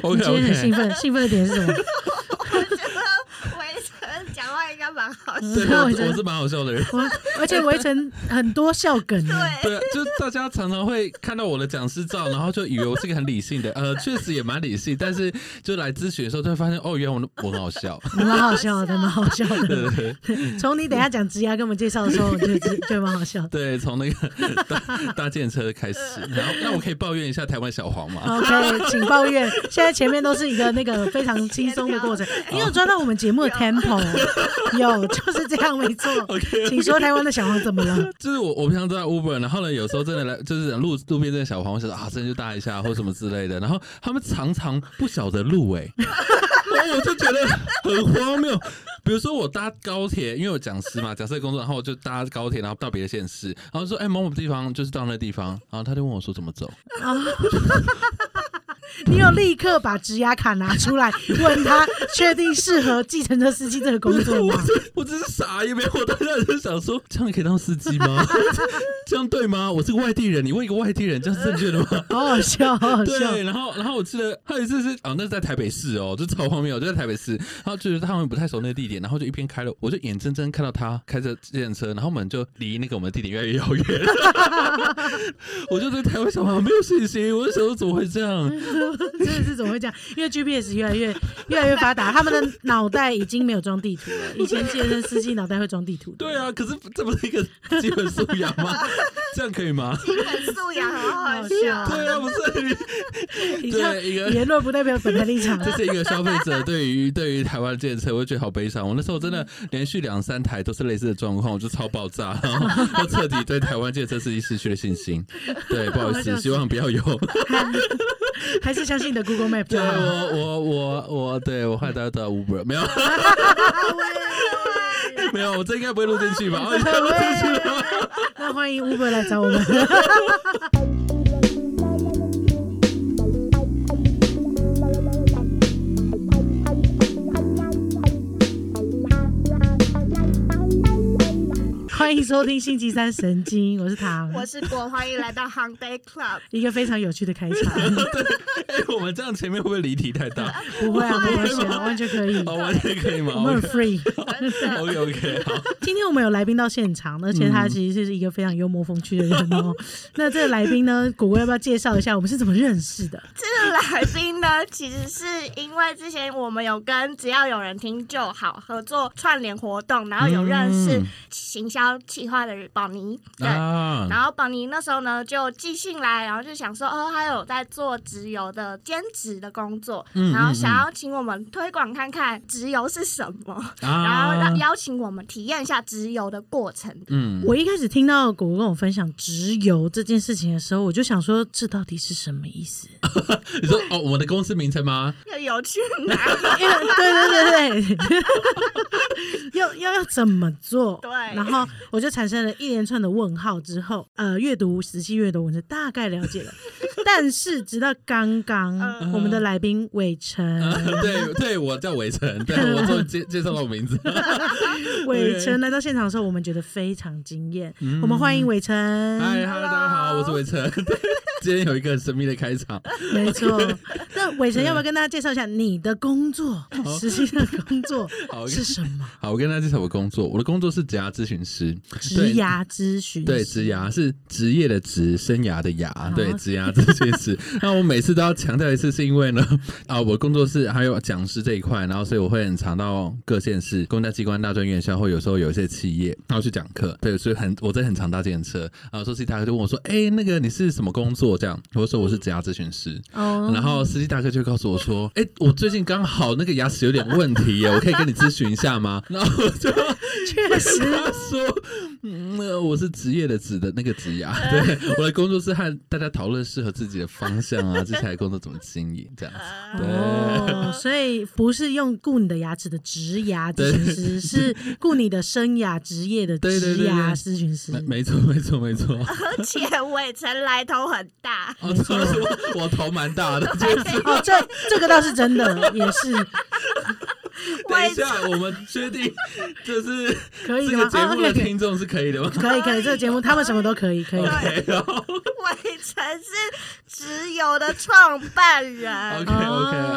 你今天很兴奋，兴奋的点是什么？ 我觉得围城讲话应该蛮好笑对， 的。 我是蛮好笑的人， 而且围城很多笑梗。 对，就大家常常会看到我的讲师照，然后就以为我是一个很理性的，确实也蛮理性，但是就来咨询的时候就会发现，哦，原来我很好笑， 蛮好笑的，蛮好笑的。从你等一下讲职涯跟我们介绍的时候，就蛮好笑的。 对，从那个搭电车开始，然后那我可以抱怨一下台湾小黄吗 ？OK， 请抱怨。现在前面都是一个那个非常轻松的过程。你有抓到我们节目的 tempo？ 有，就是这样，没错。 Okay. 请说台湾的小黄怎么了？ 就是我平常都在 Uber， 然后呢，有时候真的来就是路边这个小黄，我想说啊，真的就搭一下或什么之类的，然后他们常常不晓得路然后我就觉得很荒谬。比如说我搭高铁，因为我讲师嘛，讲师的工作，然后我就搭高铁，然后到别的县市，然后说某某地方就是到那地方，然后他就问我说怎么走。 你有立刻把职涯卡拿出来问他，确定适合计程车司机这个工作吗？ 我真是傻也没有，我当时就想说，这样你可以当司机吗？这样对吗？我是个外地人，你问一个外地人，这样是正确的吗？ 好好笑，好好笑。 对，然后我记得还有一次是那是在台北市哦，就超荒谬，就在台北市，然后就是他们不太熟那个地点，然后就一边开了，我就眼睁睁看到他开着计程车，然后我们就离那个我们的地点越来越遥远。我就对台湾小朋友没有信心，我就想说怎么会这样？ 真的是怎么会这样？因为 GPS 越来越发达，他们的脑袋已经没有装地图了。以前计程车司机脑袋会装地图。 对啊，可是这不是一个基本素养吗？这样可以吗？ 基本素养很好笑。 对啊，不是。 对，一个言论不代表本台立场。 这是一个消费者对于台湾计程车，我就觉得好悲伤。我那时候真的连续2-3台都是类似的状况，我就超爆炸，然后就彻底对台湾计程车司机失去了信心。对，不好意思，希望不要有。 还是相信你的 Google Map。 对，对我害大家到 Uber 没有。没有，我这应该不会录进去吧？应该录进去吧？ 那欢迎 Uber 来找我们。欢迎收听星期三神经，我是唐， 我是果，欢迎来到 Hyundai Club， 一个非常有趣的开场。 对，我们这样前面会不会离题太大？ 不会啊，没关系啊，完全可以。 完全可以吗？ 我们很 free。 OK， 好。 今天我们有来宾到现场，而且他其实是一个非常幽默风趣的人哦。那这个来宾呢，果果要不要介绍一下我们是怎么认识的？ 这个来宾呢，其实是因为之前我们有跟只要有人听就好合作串联活动，然后有认识行销企划的宝妮，对，然后宝妮那时候呢就寄信来，然后就想说他有在做直邮的兼职的工作，然后想要请我们推广看看直邮是什么，然后邀请我们体验一下直邮的过程。 我一开始听到果果跟我分享直邮这件事情的时候，我就想说这到底是什么意思？ 你说我们的公司名称吗？ 有去哪？ 对，要怎么做？ 对， 然后我就产生了一连串的问号。之后，阅读实际阅读文字大概了解了，但是直到刚刚，我们的来宾伟成， 对，我叫伟成，对我终于介绍到我名字。 伟成来到现场的时候，我们觉得非常惊艳。我们欢迎伟成。 嗨 ，Hello， 大家好，我是伟成。今天有一个很神秘的开场， 没错。那伟成要不要跟大家介绍一下你的工作，实际的工作是什么？ 好，我跟大家介绍我的工作。我的工作是职涯咨询师， 职涯咨询师， 对，职涯是职业的职，生涯的涯，对，职涯咨询师。那我每次都要强调一次，是因为呢，我的工作室还有讲师这一块，然后所以我会很常到各县市、公家机关、大专院校，或有时候有一些企业，然后去讲课。对，所以我真的很常搭计程车。然后司机大哥就问我说：“那个你是什么工作？”这样，我说我是职涯咨询师。然后司机大哥就告诉我说：“我最近刚好那个牙齿有点问题耶，我可以跟你咨询一下吗？”然后我就确实说，我是职业的职的那个职涯，对，我的工作是和大家讨论适合自己的方向啊，接下来工作怎么经营这样子。对， 所以不是用顾你的牙齿的职涯咨询师，是顾你的生涯职业的职涯咨询师。 没错。 而且伟成来头很大， 我头蛮大的。 这个倒是真的，也是。 等一下，我们确定就是可以的吗？ 这个节目的听众是可以的吗？ 可以，这个节目他们什么都可以。 伟成是直邮的创办人。 OK，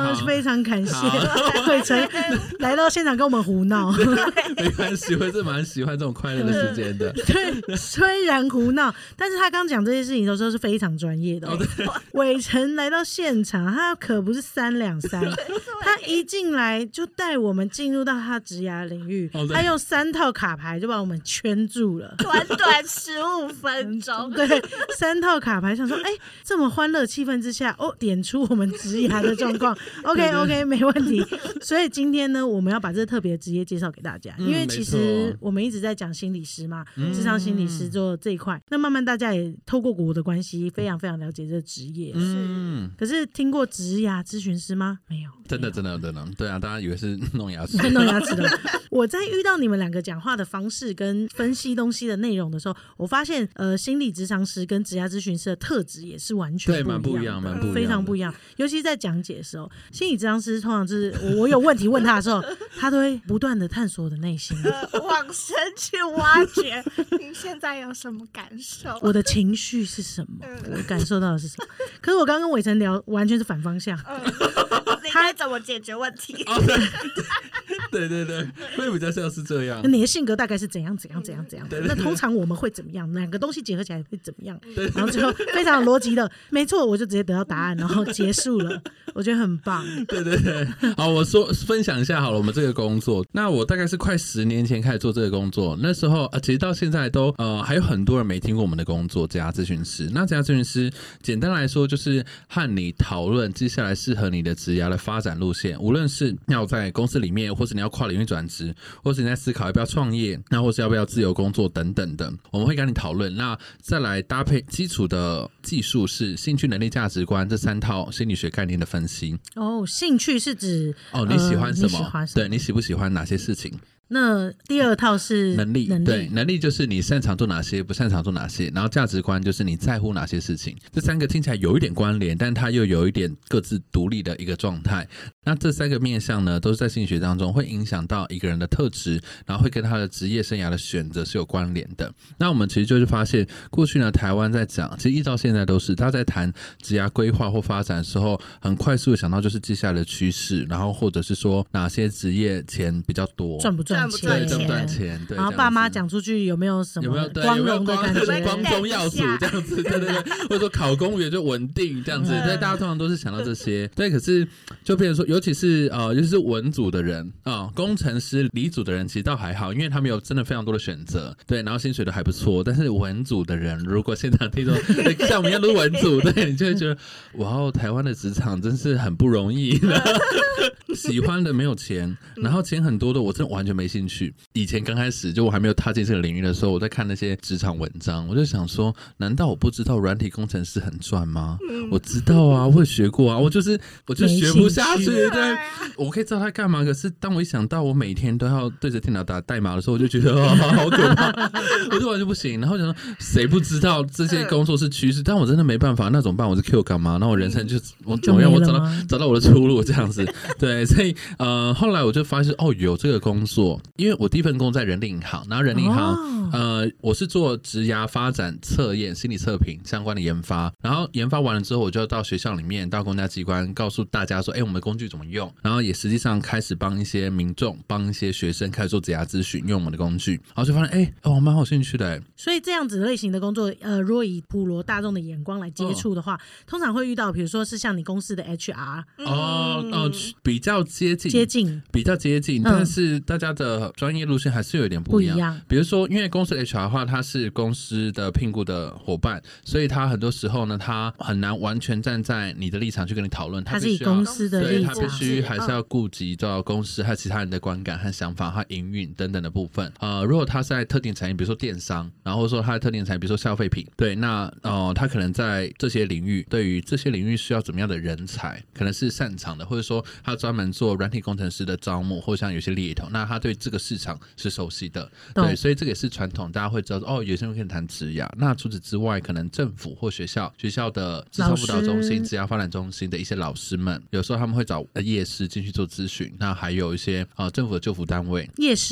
非常感谢伟成来到现场跟我们胡闹。 没关系，我是蛮喜欢这种快乐的时间的。 对，虽然胡闹，但是他刚讲这些事情的时候是非常专业的。伟成来到现场，他可不是3两3，他一进来就带我们进入到他职涯领域，他用3套卡牌就把我们圈住了， 短短15分钟。 对，3套卡牌，想说，这么欢乐气氛之下，点出我们职涯的状况。OK， 没问题。所以今天呢，我们要把这个特别职业介绍给大家，因为其实我们一直在讲心理师嘛，职场心理师做这一块，那慢慢大家也透过我的关系，非常非常了解这个职业。可是听过职涯咨询师吗？没有。 真的，对啊，大家以为是弄牙齿， 弄牙齿的。我在遇到你们2个讲话的方式跟分析东西的内容的时候，我发现心理咨商师跟职业咨询师的特质也是完全不一样的，非常不一样。尤其在讲解的时候，心理咨商师通常就是我有问题问他的时候，他都会不断的探索我的内心， 往深去挖掘你现在有什么感受， 我的情绪是什么，我感受到的是什么。可是我刚刚跟伟成聊完全是反方向。 他怎么解决问题？ 对，会比较像是这样。 你的性格大概是怎样？那通常我们会怎么样？2个东西结合起来会怎么样？然后最后非常有逻辑的，没错，我就直接得到答案，然后结束了。我觉得很棒。 对，好，我分享一下好了，我们这个工作。那我大概是快10年前开始做这个工作，那时候其实到现在都还有很多人没听过我们的工作，职涯咨询师。那职涯咨询师简单来说就是和你讨论接下来适合你的职涯的发展路线，无论是要在公司里面，或是你要跨领域转职，或是你在思考要不要创业，那或是要不要自由工作等等的，我们会跟你讨论。那再来搭配基础的技术是兴趣、能力、价值观这3套心理学概念的分析。 兴趣是指你喜欢什么？对，你喜不喜欢哪些事情？ 那第2套是能力，对，能力就是你擅长做哪些，不擅长做哪些，然后价值观就是你在乎哪些事情。这3个听起来有一点关联，但它又有一点各自独立的一个状态。那这3个面向呢，都是在心理学当中会影响到一个人的特质，然后会跟他的职业生涯的选择是有关联的。那我们其实就是发现，过去呢，台湾在讲，其实一直到现在都是，他在谈职业规划或发展的时候，很快速的想到就是接下来的趋势，然后或者是说哪些职业钱比较多， 赚不赚钱，对， 然后爸妈讲出去有没有什么光荣的感觉， 光宗耀祖这样子，对，或者说考公务员就稳定这样子，对，大家通常都是想到这些，对，可是就变成说，尤其是文组的人工程师、理组的人其实倒还好，因为他们有真的非常多的选择，对，然后薪水都还不错，但是文组的人，如果现场听说像我们一样都是文组，对，你就会觉得哇，台湾的职场真是很不容易。喜欢的没有钱，然后钱很多的我真的完全没兴趣。以前刚开始就我还没有踏进这个领域的时候，我在看那些职场文章，我就想说，难道我不知道软体工程师很赚吗？我知道啊，我也学过啊，我就学不下去。对，我可以知道他干嘛，可是当我一想到我每天都要对着电脑打代码的时候，我就觉得好可怕，我就完全不行。然后想说，谁不知道这些工作是趋势？但我真的没办法，那怎么办？我是 Q 干嘛？那我人生就我怎么样？我找到我的出路这样子。对，所以后来我就发现有这个工作，因为我第一份工作在人力银行，然后人力银行我是做职涯发展测验、心理测评相关的研发，然后研发完了之后，我就到学校里面、到公家机关告诉大家说，我们的工具怎么用，然后也实际上开始帮一些民众、帮一些学生开始做职涯咨询，用我们的工具，然后就发现我蛮有兴趣的。所以这样子类型的工作，如果以普罗大众的眼光来接触的话，通常会遇到，比如说是像你公司的 HR， 比较接近，但是大家的专业路线还是有点不一样。比如说，因为公司的 HR 的话，他是公司的聘雇的伙伴，所以他很多时候呢，他很难完全站在你的立场去跟你讨论， 他是以公司的立场， 他必须还是要顾及到公司和其他人的观感和想法和营运等等的部分。如果他是在特定产业，比如说电商，然后说他在特定产业，比如说消费品，对，那他可能在这些领域，对于这些领域需要怎么样的人才，可能是擅长的，或者说他专门做软体工程师的招募，或像有些猎头，那他对这个市场是熟悉的，对，所以这个也是传统，大家会知道有些人可以谈职涯。那除此之外，可能政府或学校的职场辅导中心、职涯发展中心的一些老师们，有时候他们会找业师进去做咨询。那还有一些政府的就服单位， 业师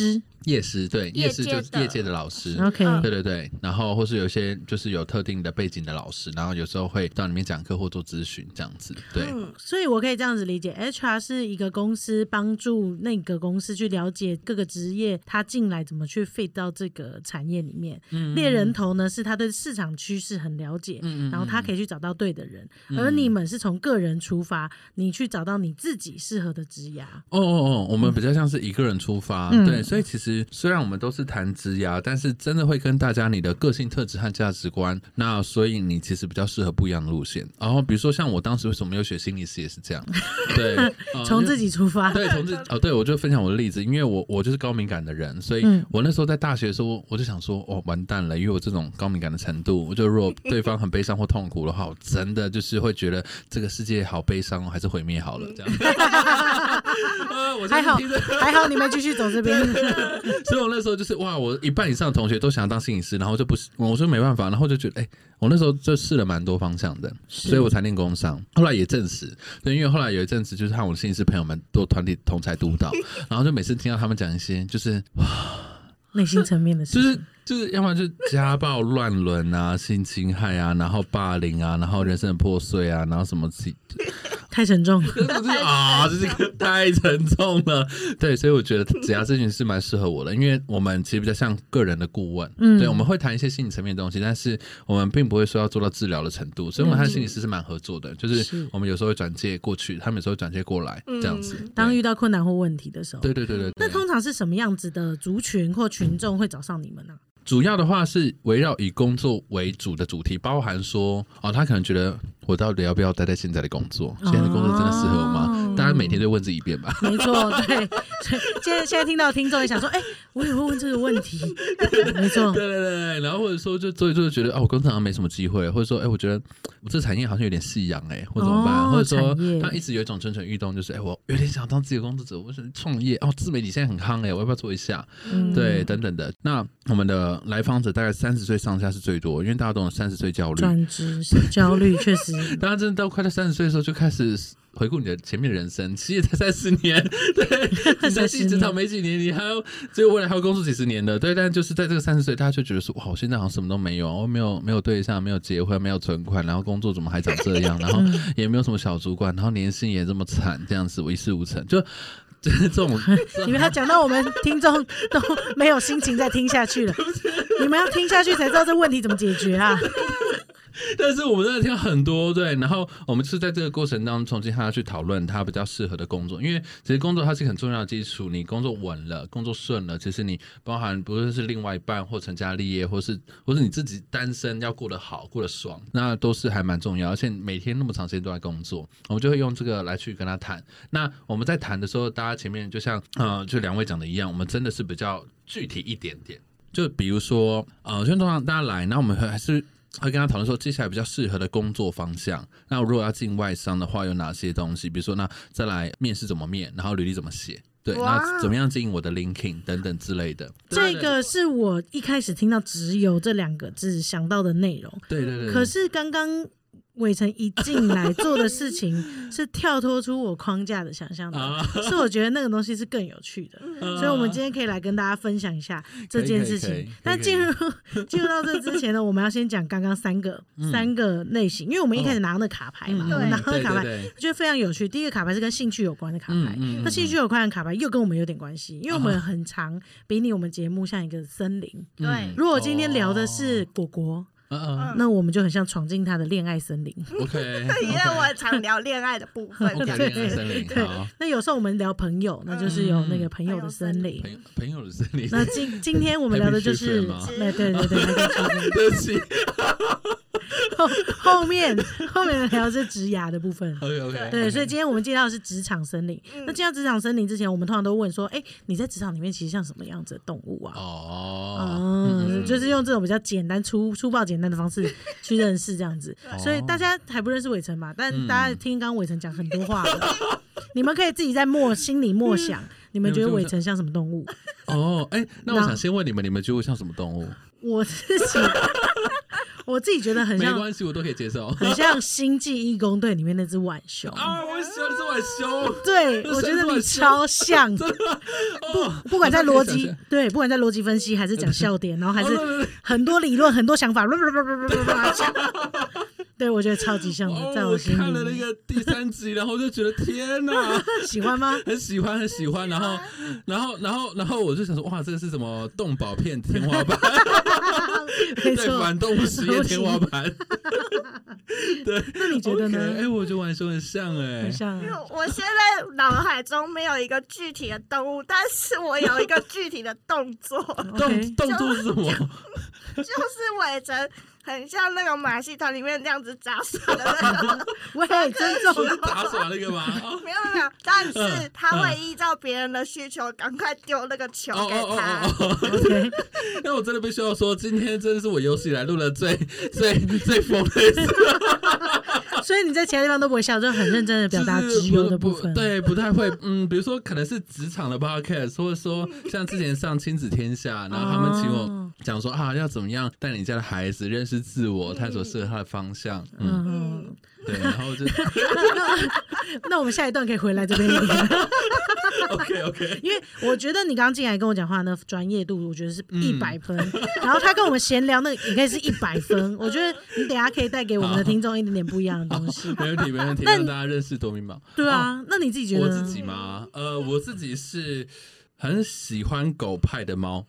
业师，对，业师就是业界的老师 OK 对对对，然后或是有一些就是有特定的背景的老师，然后有时候会到里面讲课或做咨询这样子，对。 所以我可以这样子理解 HR 是一个公司帮助那个公司去了解各个职业他进来怎么去 fit 到这个产业里面，猎人头呢是他对市场趋势很了解，然后他可以去找到对的人，而你们是从个人出发，你去找到你自己适合的职涯。 我们比较像是一个人出发，对，所以其实虽然我们都是谈职涯，但是真的会跟大家你的个性特质和价值观，那所以你其实比较适合不一样的路线。然后比如说像我当时为什么没有学心理师也是这样，对， 从自己出发， 对，从自己对，我就分享我的例子，因为我就是高敏感的人，所以我那时候在大学的时候，我就想说，完蛋了，因为我这种高敏感的程度，我就如果对方很悲伤或痛苦的话，我真的就是会觉得这个世界好悲伤哦，还是毁灭好了这样。 还好你们继续走这边。 所以我那时候就是哇，我一半以上的同学都想要当心理师，然后我就没办法，然后就觉得我那时候就试了蛮多方向的，所以我才念工商。后来也证实，对，因为后来有一阵子就是和我的心理师朋友们都团体同才督导，然后就每次听到他们讲一些就是内心层面的事情， 就是要么就是家暴、乱伦啊、性侵害啊，然后霸凌啊，然后人生的破碎啊，然后什么太沉重了这个太沉重了。对，所以我觉得职涯咨询是蛮适合我的，因为我们其实比较像个人的顾问，对，我们会谈一些心理层面的东西，但是我们并不会说要做到治疗的程度，所以我们和心理师是蛮合作的，就是我们有时候会转介过去，他们有时候会转介过来，这样子。 当遇到困难或问题的时候， 对。 那通常是什么样子的族群或群众会找上你们呢？ 主要的话是围绕以工作为主的主题，包含说他可能觉得我到底要不要待在现在的工作，现在的工作真的适合我吗？大家每天都问自己一遍吧。 没错，对。现在听到听众也想说，我也会问这个问题。没错， 对。然后或者说就做一做就觉得我工作好像没什么机会，或者说我觉得我这产业好像有点夕阳或者怎么办？或者说他一直有一种蠢蠢欲动，就是我有点想当自己的工作者，我想创业自媒体现在很夯我要不要做一下？对，等等的。那我们的来访者大概30岁上下是最多，因为大家都有30岁焦虑， 转职焦虑，确实。 大家真的到快到30岁的时候就开始回顾你的前面人生，其实也才30年，对，你才进职场没几年，你还要结果未来还要工作几十年的，对。但就是在这个30岁，大家就觉得说，哇，我现在好像什么都没有，我没有对象，没有结婚，没有存款，然后工作怎么还长这样，然后也没有什么小主管，然后年薪也这么惨，这样子我一事无成，就。这种， 因为他讲到我们听众都没有心情再听下去了，你们要听下去才知道这问题怎么解决啊。 但是我们真的听很多，对，然后我们是在这个过程当中重新和他去讨论他比较适合的工作，因为其实工作它是一个很重要的基础，你工作稳了，工作顺了，其实你包含不论是另外一半或成家立业，或是你自己单身要过得好过得爽，那都是还蛮重要，而且每天那么长时间都在工作，我们就会用这个来去跟他谈。那我们在谈的时候，大家前面就像就两位讲的一样，我们真的是比较具体一点点，就比如说就通常大家来，那我们还是会跟他讨论说接下来比较适合的工作方向，那如果要进外商的话有哪些东西，比如说那再来面试怎么面，然后履历怎么写，对，那怎么样经营我的 LinkedIn 等等之类的。 这个是我一开始听到只有这2个字想到的内容。 对。 可是刚刚伟成一进来做的事情是跳脱出我框架的想象的，所以我觉得那个东西是更有趣的，所以我们今天可以来跟大家分享一下这件事情。但进入到这之前呢，我们要先讲刚刚三个类型，因为我们一开始拿那卡牌嘛，我们拿那卡牌我觉得非常有趣。第一个卡牌是跟兴趣有关的卡牌，那兴趣有关的卡牌又跟我们有点关系，因为我们很常比拟我们节目像一个森林。 对， 如果今天聊的是果果。那我们就很像闯进他的恋爱森林。 OK， 因为我常聊恋爱的部分。 恋爱森林。对， 那有时候我们聊朋友，那就是有那个朋友的森林。 朋友的森林。 那今天我们聊的就是，对， 对不起。 后面的聊的是职涯的部分。 OK， 对，所以今天我们介绍的是职场森林。那介绍职场森林之前，我们通常都问说，你在职场里面其实像什么样子的动物啊？就是用这种比较简单、粗暴、简单的方式去认识这样子。所以大家还不认识伟成吧？但大家听刚刚伟成讲很多话了，你们可以自己在心里默想，你们觉得伟成像什么动物？ 那我想先问你们觉得我像什么动物？ 我自己觉得很像， 没关系，我都可以接受， 很像《星际义工队》里面那只浣熊啊！我喜欢这浣熊， 对，我觉得你超像，不管在逻辑，对，不管在逻辑分析，还是讲笑点，然后还是很多理论、很多想法，对，我觉得超级像的，在我心里。 我看了那个第3集，然后我就觉得天哪， 喜欢吗？ 很喜欢，很喜欢。然后我就想说，哇，这个是什么动保片天花板？ 没错， 对，反动物实验天花板。对， 那你觉得呢？ 哎，我觉得浣熊很像很像。 我现在脑海中没有一个具体的动物，但是我有一个具体的动作。 动作是什么？ 就是伟成很像那个马戏团里面那样子杂耍的那个。 喂，尊重是杂耍那个吗？ 没有，但是他会依照别人的需求赶快丢那个球给他。 那我真的必须要说，今天真的是我有史以来录的最疯的一次。 所以你在其他地方都不会笑，就很认真的表达直邮的部分。 对，不太会。比如说可能是职场的 podcast， 或者说像之前上亲子天下，然后他们请我讲说要怎么样带你家的孩子认识自我，探索适合他的方向。对，然后就那我们下一段可以回来这边 OK， 因为我觉得你刚刚进来跟我讲话那专业度，我觉得是100分。然后他跟我们闲聊那个也可以是100分。我觉得你等一下可以带给我们的听众一点点不一样的东西。 没问题，让大家认识多明宝。 对啊，那你自己觉得？ 我自己吗？我自己是很喜欢狗派的猫。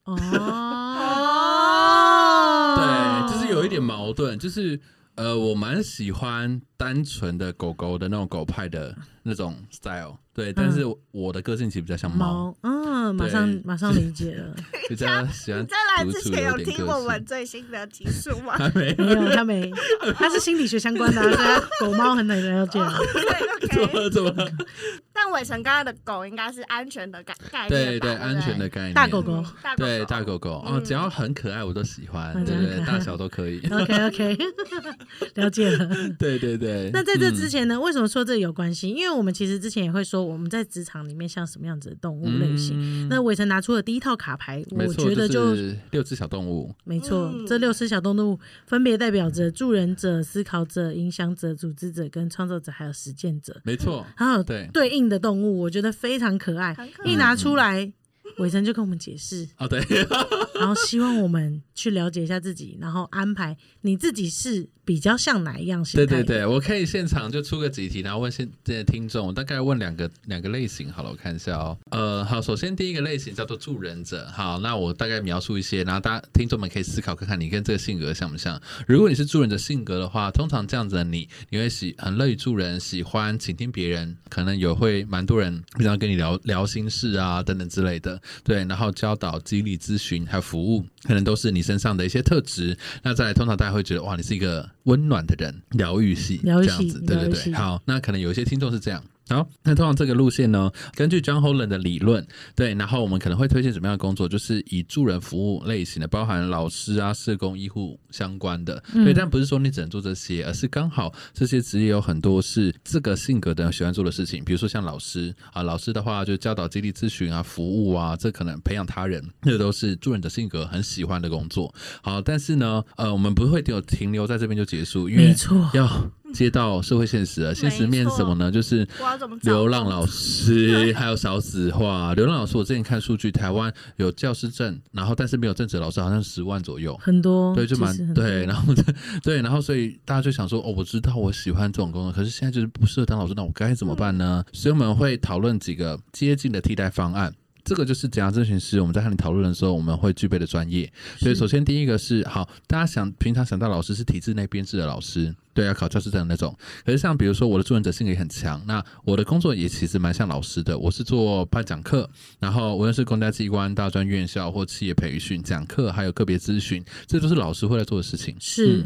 对，就是有一点矛盾，就是我蛮喜欢单纯的狗狗的那种狗派的那种 style， 对，但是我的个性其实比较像猫。 马上理解了。 比较喜欢。 你在来之前有听我们最新的集数吗？ 没有，他没，他是心理学相关的，所以他狗猫很难了解。 怎么？ 但伟成刚刚的狗应该是安全的概念， 对，安全的概念。 大狗狗， 对，大狗狗只要很可爱我都喜欢，对，大小都可以。 OK， 了解了。 对。 那在这之前呢，为什么说这有关系？因为我们其实之前也会说我们在职场里面像什么样子的动物类型。那伟成拿出了第一套卡牌，我觉得就是6只小动物。 没错，这6只小动物分别代表着助人者、思考者、影响者、组织者、跟创造者，还有实践者。 没错， 还有对应的动物，我觉得非常可爱。一拿出来，伟成就跟我们解释。 对， 然后希望我们去了解一下自己，然后安排你自己是比较像哪一样形态。 对，我可以现场就出个几题，然后问现在的听众，我大概问两个类型好了，我看一下好，首先第一个类型叫做助人者。好，那我大概描述一些，然后大家听众们可以思考看看你跟这个性格像不像。如果你是助人者性格的话，通常这样子的你会很乐于助人，喜欢倾听别人，可能会蛮多人平常跟你聊心事啊等等之类的。对，然后教导、激励、咨询还有服务，可能都是你身上的一些特质。那再来，通常大家会觉得哇，你是一个温暖的人，疗愈系这样子。对。好，那可能有一些听众是这样。好，那通常这个路线呢，根据 John Holland 的理论，对，然后我们可能会推荐什么样的工作，就是以助人服务类型的，包含老师啊、社工、医护相关的。对，但不是说你只能做这些，而是刚好这些职业有很多是这个性格的人喜欢做的事情，比如说像老师啊，老师的话就教导、激励、咨询啊、服务啊，这可能培养他人，这都是助人的性格很喜欢的工作。好，但是呢，我们不会停留在这边就结束，因为要接到社会现实了。现实面是什么呢？就是流浪老师，还有少子化。流浪老师，我之前看数据，台湾有教师证，然后但是没有正职的老师好像10万左右， 很多。 对，就蛮对。然后所以大家就想说，我知道我喜欢这种工作，可是现在就是不适合当老师，那我该怎么办呢？所以我们会讨论几个接近的替代方案。这个就是职涯咨询师我们在和你讨论的时候我们会具备的专业。所以首先第一个是，好，大家平常想到老师是体制内编制的老师，对，要考教师证的那种。可是像比如说我的助人者性格也很强，那我的工作也其实蛮像老师的，我是做办讲课，然后无论是公家机关、大专院校或企业培训讲课，还有个别咨询，这都是老师会来做的事情。 是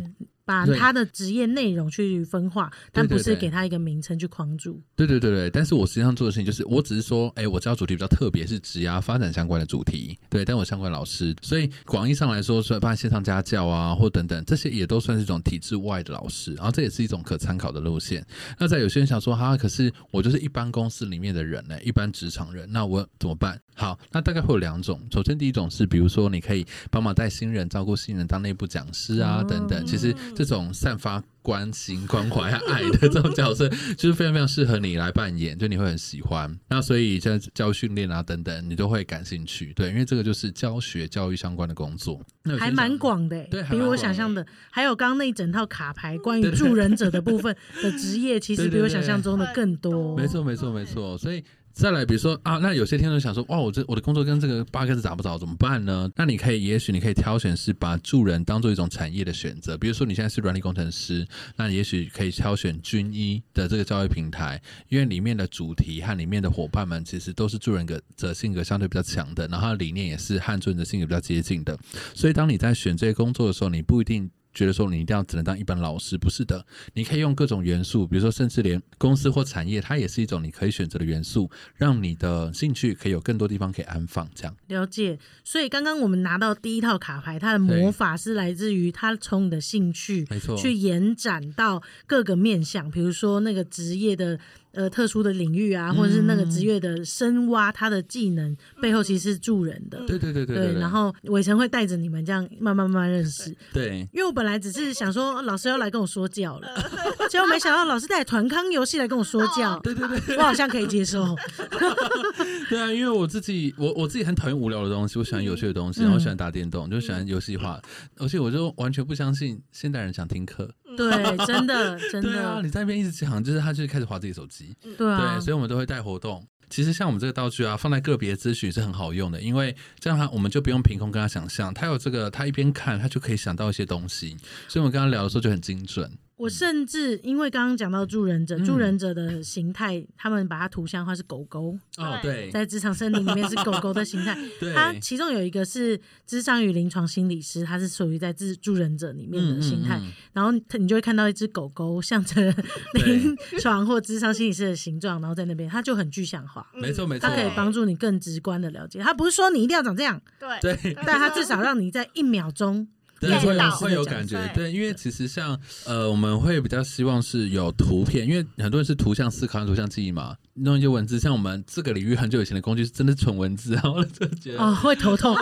把他的职业内容去分化，但不是给他一个名称去框住。 对，但是我实际上做的事情就是，我只是说，我知道主题比较特别，是职涯发展相关的主题，对，但我相关老师，所以广义上来说，包括线上家教啊，或等等，这些也都算是一种体制外的老师，然后这也是一种可参考的路线。那在有些人想说，可是我就是一般公司里面的人呢，一般职场人，那我怎么办？好，那大概会有2种。首先第一种是，比如说你可以帮忙带新人、照顾新人、当内部讲师啊等等。其实这种散发关心、关怀和爱的这种角色，就是非常非常适合你来扮演，就你会很喜欢。那所以像教育训练啊等等，你都会感兴趣。对，因为这个就是教学、教育相关的工作， 还蛮广的， 对， 比我想象的。还有刚刚那一整套卡牌关于助人者的部分的职业，其实比我想象中的更多。 没错，所以。再来，比如说那有些听众想说，哇，我的工作跟这个8个字打不着，怎么办呢？那也许你可以挑选是把助人当做一种产业的选择，比如说你现在是软体工程师，那你也许可以挑选军医的这个教育平台，因为里面的主题和里面的伙伴们其实都是助人者性格相对比较强的，然后理念也是和助人者性格比较接近的，所以当你在选这些工作的时候，你不一定觉得说你一定要只能当一般老师，不是的，你可以用各种元素，比如说甚至连公司或产业，它也是一种你可以选择的元素，让你的兴趣可以有更多地方可以安放。这样了解。所以刚刚我们拿到第一套卡牌，它的魔法是来自于它从你的兴趣去延展到各个面向，比如说那个职业的特殊的领域啊，或者是那个职业的深挖他的技能背后其实是助人的。 对， 然后伟成会带着你们这样慢慢认识。 对， 因为我本来只是想说老师要来跟我说教了，结果没想到老师带团康游戏来跟我说教。 对， 我好像可以接受。 对啊，因为我自己很讨厌无聊的东西，我喜欢有趣的东西，然后我喜欢打电动，就喜欢游戏化，而且我就完全不相信现代人想听课。 对，真的。 对啊，你在那边一直讲，就是他就开始滑自己手机。 对啊， 所以我们都会带活动。其实像我们这个道具啊，放在个别咨询是很好用的，因为这样我们就不用凭空跟他想象，他有这个，他一边看他就可以想到一些东西，所以我们跟他聊的时候就很精准。 我甚至因为刚刚讲到助人者的形态，他们把它图像化是狗狗。 对， 在职场森林里面是狗狗的形态。它其中有一个是諮商与临床心理师，它是属于在助人者里面的形态。然后你就会看到一只狗狗向着临床或諮商心理师的形状，然后在那边，它就很具象化。 没错， 它可以帮助你更直观的了解。它不是说你一定要长这样， 对， 但它至少让你在1秒钟。 对，会有感觉。对，因为其实像我们会比较希望是有图片，因为很多人是图像思考、图像记忆嘛，弄一些文字。像我们这个领域很久以前的工具是真的是纯文字，然后就觉得会头痛。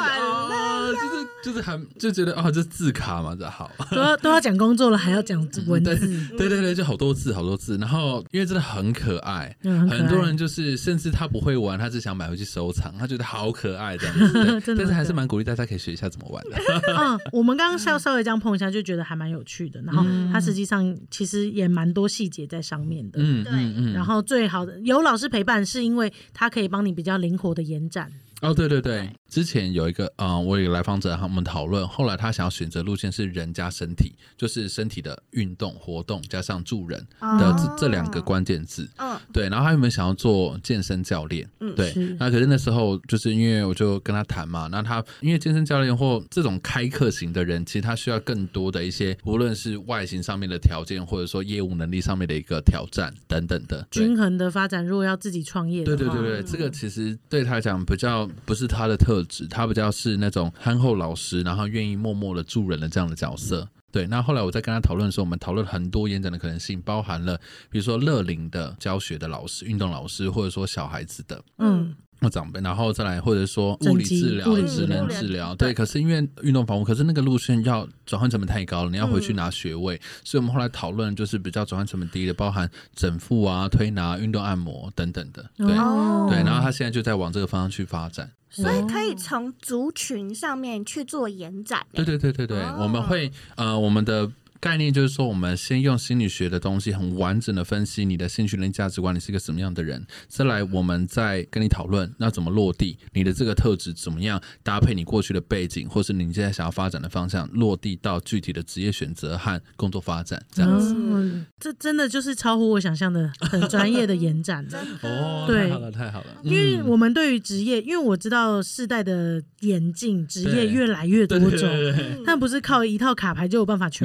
就觉得这是字卡嘛，这好都要讲工作了，还要讲文字。 对，就好多字。然后因为真的很可爱，很多人就是甚至他不会玩，他只想买回去收藏，他觉得好可爱这样子。但是还是蛮鼓励大家可以学一下怎么玩的。 我们刚刚稍微这样碰一下，就觉得还蛮有趣的。然后它实际上其实也蛮多细节在上面的。对。然后最好的有老师陪伴，是因为他可以帮你比较灵活的延展。 对，之前有一个我有一个来访者，他们讨论，后来他想要选择路线是人加身体，就是身体的运动活动加上助人的这2个关键字。对，然后他有没有想要做健身教练？对，那可是那时候就是因为我就跟他谈嘛，那他因为健身教练或这种开课型的人，其实他需要更多的一些，无论是外形上面的条件，或者说业务能力上面的一个挑战等等的均衡的发展。如果要自己创业的话， 对，这个其实对他来讲比较不是他的特质，他比较是那种憨厚老实，然后愿意默默的助人的这样的角色。对，那后来我在跟他讨论的时候，我们讨论很多延展的可能性，包含了比如说乐龄的教学的老师、运动老师，或者说小孩子的长辈，然后再来或者说物理治疗、职能治疗。对，可是因为运动防护，可是那个路线要转换成本太高了，你要回去拿学位，所以我们后来讨论就是比较转换成本低的，包含整复啊、推拿、运动按摩等等的。对，然后他现在就在往这个方向去发展。 所以可以从族群上面去做延展。 对，我们会我们的概念就是说，我们先用心理学的东西很完整的分析你的兴趣跟价值观，你是一个什么样的人，再来我们再跟你讨论那怎么落地，你的这个特质怎么样搭配你过去的背景，或是你现在想要发展的方向，落地到具体的职业选择和工作发展这样子。 这真的就是超乎我想象的很专业的延展了。 对，太好了。 因为我们对于职业，因为我知道世代的演进，职业越来越多种，但不是靠一套卡牌就有办法全部想象。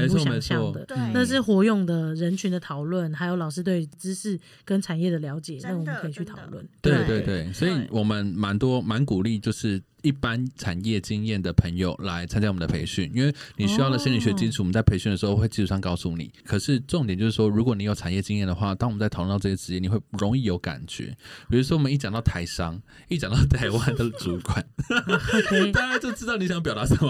向的，那是活用的人群的讨论，还有老师对知识跟产业的了解，那我们可以去讨论。 对，所以我们蛮鼓励就是一般产业经验的朋友来参加我们的培训，因为你需要的心理学基础，我们在培训的时候会基础上告诉你。可是重点就是说，如果你有产业经验的话，当我们在讨论到这些职业，你会容易有感觉。比如说，我们一讲到台商，一讲到台湾的主管，大家就知道你想表达什么。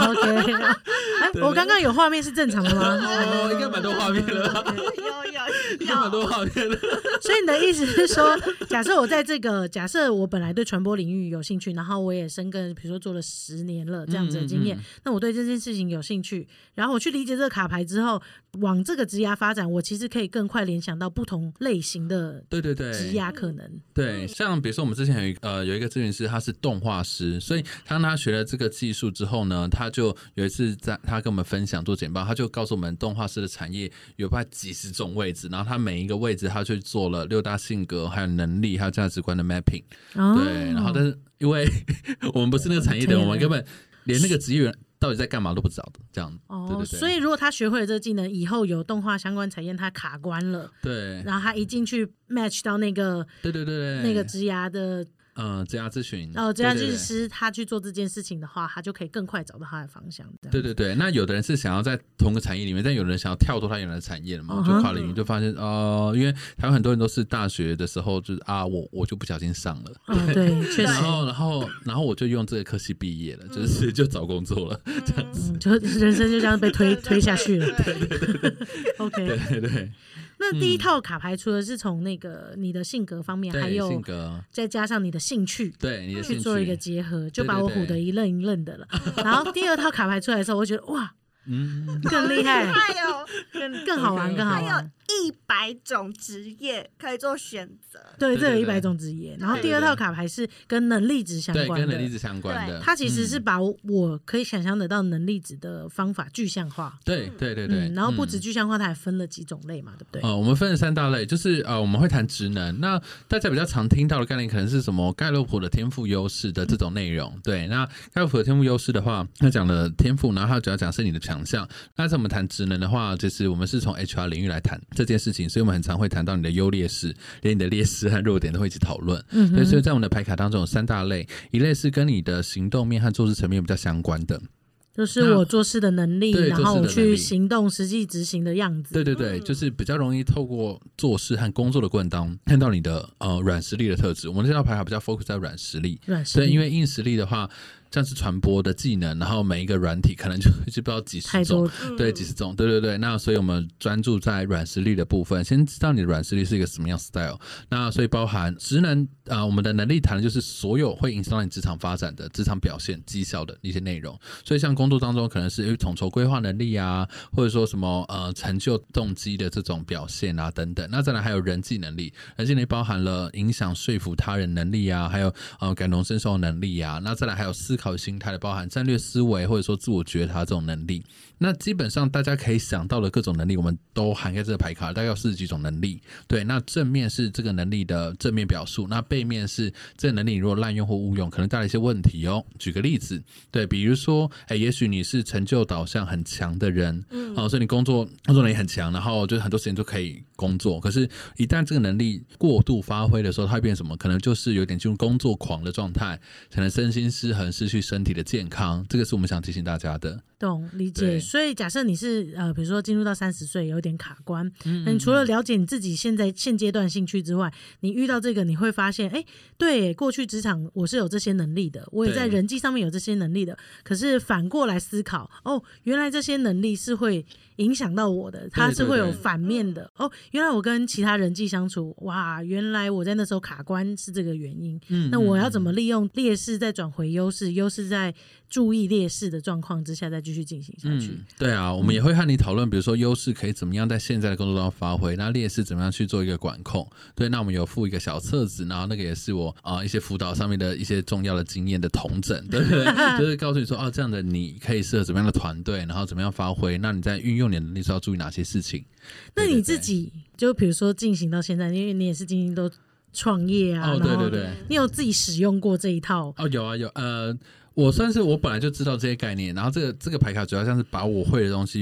OK， 我刚刚有画面是正常的吗？ 应该蛮多画面了。有蛮多画面的。 所以你的意思是说，假设我本来对传播领域有兴趣，然后我也深耕，比如说做了10年了这样子的经验，那我对这件事情有兴趣，然后我去理解这个卡牌之后，往这个职涯发展，我其实可以更快联想到不同类型的职涯可能。 对，像比如说我们之前有一个咨询师，他是动画师，所以当他学了这个技术之后呢，他就有一次他跟我们分享做简报，他就告诉我们动画师的产业有大概几十种位置，然后他每一个位置他去做了6大性格还有能力还有价值观的 mapping。对，然后但是因为我们不是那个产业的，我们根本连那个职业员到底在干嘛都不知道的，这样。对， 所以如果他学会了这个技能，以后有动画相关产业他卡关了， 对， 然后他一进去 match 到那个那个职涯的职涯咨询职涯咨询师他去做这件事情的话，他就可以更快找到他的方向。 对，那有的人是想要在同个产业里面，但有的人想要跳脱他原来的产业了嘛，就跨领域，就发现因为台湾很多人都是大学的时候就是我就不小心上了， 对，确实， 然后我就用这个科系毕业了，就找工作了，这样子， 就人生就这样被推下去了。 对 ，OK， 对。 那第一套卡牌除了是从那个你的性格方面，还有性格， 再加上你的兴趣， 对，你的兴趣去做一个结合，就把我唬得一愣一愣的了。然后第2套卡牌出来的时候，我觉得哇，更厉害，更好玩，更好玩。 100种职业可以做选择， 对，这有100种职业。然后第2套卡牌是跟能力值相关的， 对，跟能力值相关的。 它其实是把我可以想象得到能力值的方法具象化。 对。 然后不止具象化，它还分了几种类嘛，对不对？ 我们分了3大类，就是我们会谈职能。那大家比较常听到的概念可能是什么盖洛普的天赋优势的这种内容。对，那盖洛普的天赋优势的话，他讲了天赋，然后他主要讲是你的强项。但是我们谈职能的话，就是我们是从 HR 领域来谈这件事情，所以我们很常会谈到你的优劣势，连你的劣势和弱点都会一起讨论。所以在我们的牌卡当中有3大类，一类是跟你的行动面和做事层面比较相关的， 就是我做事的能力，然后我去行动实际执行的样子。 对，就是比较容易透过做事和工作的过程当中看到你的软实力的特质。我们这套牌卡比较 focus 在软实力，对，因为硬实力的话像是传播的技能，然后每一个软体可能就不知道几十种，对，几十种，对。那所以我们专注在软实力的部分，先知道你的软实力是一个什么样 style。那所以包含职能我们的能力谈的就是所有会影响到你职场发展的、职场表现、绩效的一些内容。所以像工作当中可能是统筹规划能力啊，或者说什么成就动机的这种表现啊等等。那再来还有人际能力，人际能力包含了影响说服他人能力啊，还有感同身受能力啊。那再来还有思考心态的，包含战略思维或者说自我觉察这种能力。那基本上大家可以想到的各种能力，我们都涵盖这个牌卡，大概有40几种能力。对，那正面是这个能力的正面表述，那背面是这个能力如果滥用或误用，可能带来一些问题哦。举个例子，对，比如说，也许你是成就导向很强的人，所以你工作能力很强，然后就很多时间都可以工作。可是，一旦这个能力过度发挥的时候，它会变成什么？可能就是有点进入工作狂的状态，可能身心失衡，失去身体的健康。这个是我们想提醒大家的。 懂，理解。所以假设你是比如说进入到30岁有点卡关，那你除了了解你自己现阶段兴趣之外，你遇到这个你会发现，对，过去职场我是有这些能力的，我也在人际上面有这些能力的。可是反过来思考，原来这些能力是会影响到我的，它是会有反面的。原来我跟其他人际相处，哇，原来我在那时候卡关是这个原因。那我要怎么利用劣势再转回优势，优势在注意劣势的状况之下再继续进行下去。 对啊，我们也会和你讨论，比如说优势可以怎么样在现在的工作当中发挥，那劣势怎么样去做一个管控。对，那我们有附一个小册子，然后那个也是我一些辅导上面的一些重要的经验的统整，对不对？就是告诉你说，这样的你可以适合怎么样的团队，然后怎么样发挥，那你在运用你的能力时候要注意哪些事情。 那你自己就比如说进行到现在，因为你也是进行都创业啊， 对， 你有自己使用过这一套？ 有啊，我算是我本来就知道这些概念，然后这个牌卡主要像是把我会的东西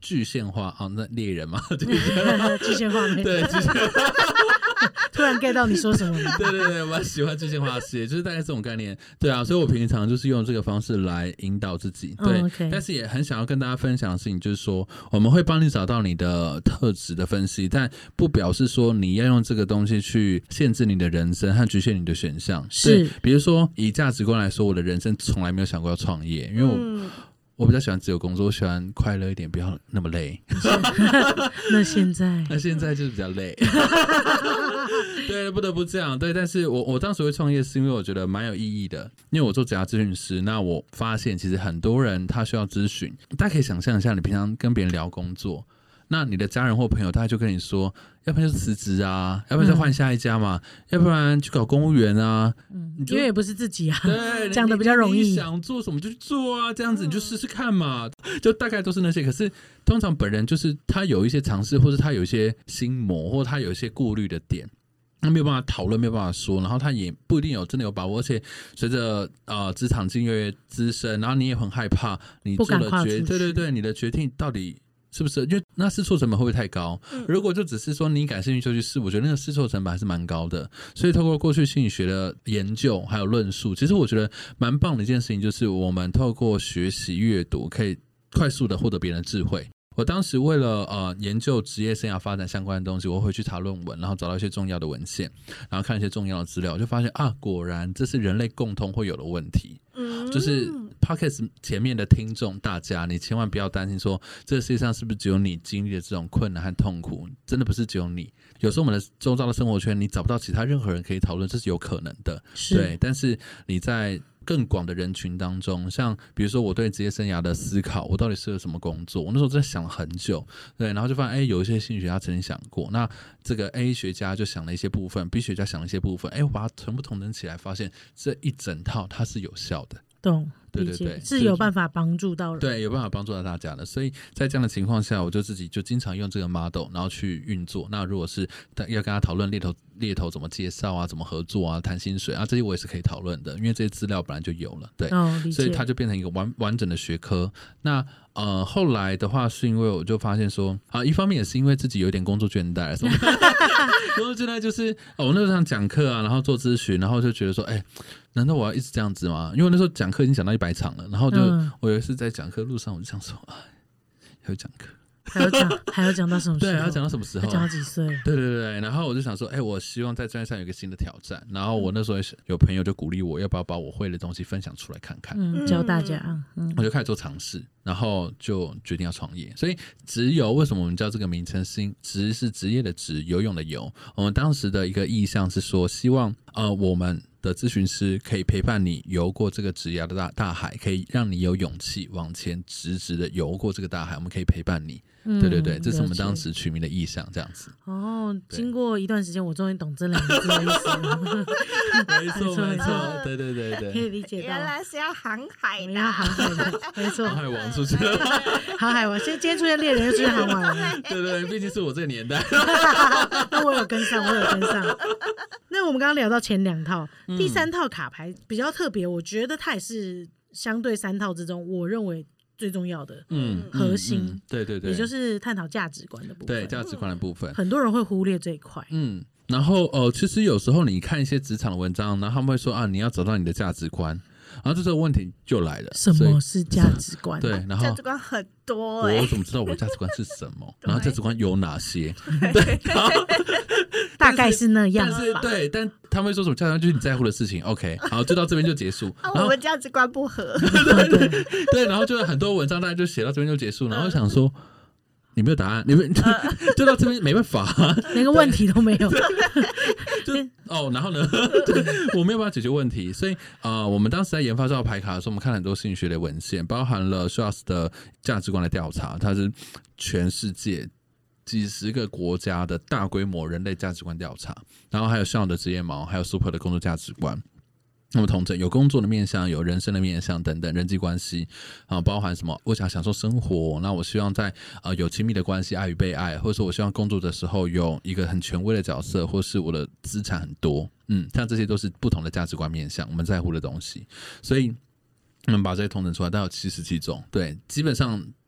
具现化那猎人嘛， 具现化没对，具现化。 突然 get 到你说什么了？ 对对对，我蛮喜欢具现化事业，就是大概这种概念。对啊，所以我平常就是用这个方式来引导自己。对， okay. 但是也很想要跟大家分享的事情，就是说我们会帮你找到你的特质的分析，但不表示说你要用这个东西去限制你的人生和局限你的选项。 是， 比如说以价值观来说，我的人生从来没有想过要创业，因为我比较喜欢自由工作，我喜欢快乐一点，不要那么累。 那现在就是比较累。对，不得不这样。对，但是我当时会创业是因为我觉得蛮有意义的，因为我做职涯咨询师，那我发现其实很多人他需要咨询。大家可以想象一下，你平常跟别人聊工作，那你的家人或朋友，他就跟你说，要不然就辞职啊，要不然就换下一家嘛，要不然去搞公务员啊。 因为也不是自己啊， 对， 讲的比较容易。 你想做什么就去做啊，这样子你就试试看嘛，就大概都是那些。可是通常本人就是他有一些尝试，或是他有一些心魔，或他有一些顾虑的点。他没有办法讨论，没有办法说，然后他也不一定真的有把握，而且随着职场经越来越资深，然后你也很害怕你做的对，你的决定到底是不是？因为那试错成本会不会太高？如果就只是说你感兴趣就去试，我觉得那个试错成本还是蛮高的。所以透过过去心理学的研究还有论述，其实我觉得蛮棒的一件事情，就是我们透过学习阅读，可以快速的获得别人的智慧。我当时为了研究职业生涯发展相关的东西，我会去查论文，然后找到一些重要的文献，然后看一些重要的资料，我就发现果然这是人类共同会有的问题。就是 Podcast 前面的听众大家，你千万不要担心说这个世界上是不是只有你经历了这种困难和痛苦，真的不是只有你。有时候我们的周遭的生活圈，你找不到其他任何人可以讨论，这是有可能的。对，但是你在更广的人群当中，像比如说我对职业生涯的思考，我到底适合什么工作，我那时候真的想了很久。对，然后就发现有一些心理学家曾经想过，那这个 A 学家就想了一些部分， B 学家想了一些部分，我把它全部统整起来，发现这一整套它是有效的。 懂， 对对对， 是有办法帮助到人， 对，有办法帮助到大家的。所以在这样的情况下，我就自己就经常用这个 model， 然后去运作。那如果是要跟他讨论猎头怎么介绍啊，怎么合作啊，谈薪水啊，这些我也是可以讨论的，因为这些资料本来就有了。对，所以它就变成一个完整的学科。那后来的话，是因为我就发现说一方面也是因为自己有点工作倦怠，工作倦怠就是我那时候想讲课啊，然后做咨询，然后就觉得说，难道我要一直这样子吗？因为我那时候讲课已经讲到100场了，然后就我有一次在讲课路上，我就想说，还有讲课。 还要讲到什么时候？ 对，还要讲到什么时候？ 讲到几岁？ 对对对，然后我就想说，我希望在专业上有一个新的挑战。然后我那时候有朋友就鼓励我，要不要把我会的东西分享出来看看， 教大家。 我就开始做尝试，然后就决定要创业。所以职游为什么我们叫这个名称？职是职业的职，游泳的游。我们当时的一个意向是说，希望我们的咨询师可以陪伴你游过这个职涯的大海，可以让你有勇气往前直直的游过这个大海。我们可以陪伴你。对对对，这是我们当时取名的意象，这样子。 经过一段时间，我终于懂这2个字的意思了。 没错没错，对对对对， 可以理解到， 原来是要航海的， 要航海的，没错。 航海王出去了， 航海王，今天出现猎人，又出现航海王。 对对，毕竟是我这个年代。 那我有跟上。那我们刚刚聊到前2套，第3套卡牌比较特别，我觉得它也是相对3套之中，我认为最重要的核心， 对对对， 也就是探讨价值观的部分。 对，价值观的部分， 很多人会忽略这一块。 然后其实有时候你看一些职场的文章，然后他们会说你要找到你的价值观，然后这个问题就来了， 什么是价值观？ 对，然后价值观很多我怎么知道我的价值观是什么？然后价值观有哪些？对， 大概是那样吧。 对，但他们会说什么价值观就是你在乎的事情。OK， 好，就到这边就结束。 我们价值观不合。 对，然后就很多文章大家就写到这边就结束，然后想说。你没有答案，你们就到这边没办法， 连个问题都没有。 然后呢，我没有办法解决问题，所以我们当时在研发这套牌卡的时候，我们看了很多心理学的文献，包含了 Schwartz 的价值观的调查，它是全世界几十个国家的大规模人类价值观调查，然后还有Sean的职业锚，还有 Super 的工作价值观。那么同整有工作的面向，有人生的面向等等，人际关系包含什么？我想享受生活，那我希望在有亲密的关系，爱与被爱，或者说我希望工作的时候有一个很权威的角色，或是我的资产很多，像这些都是不同的价值观面向，我们在乎的东西。所以我们把这些统整出来，大概有77种，对，基本上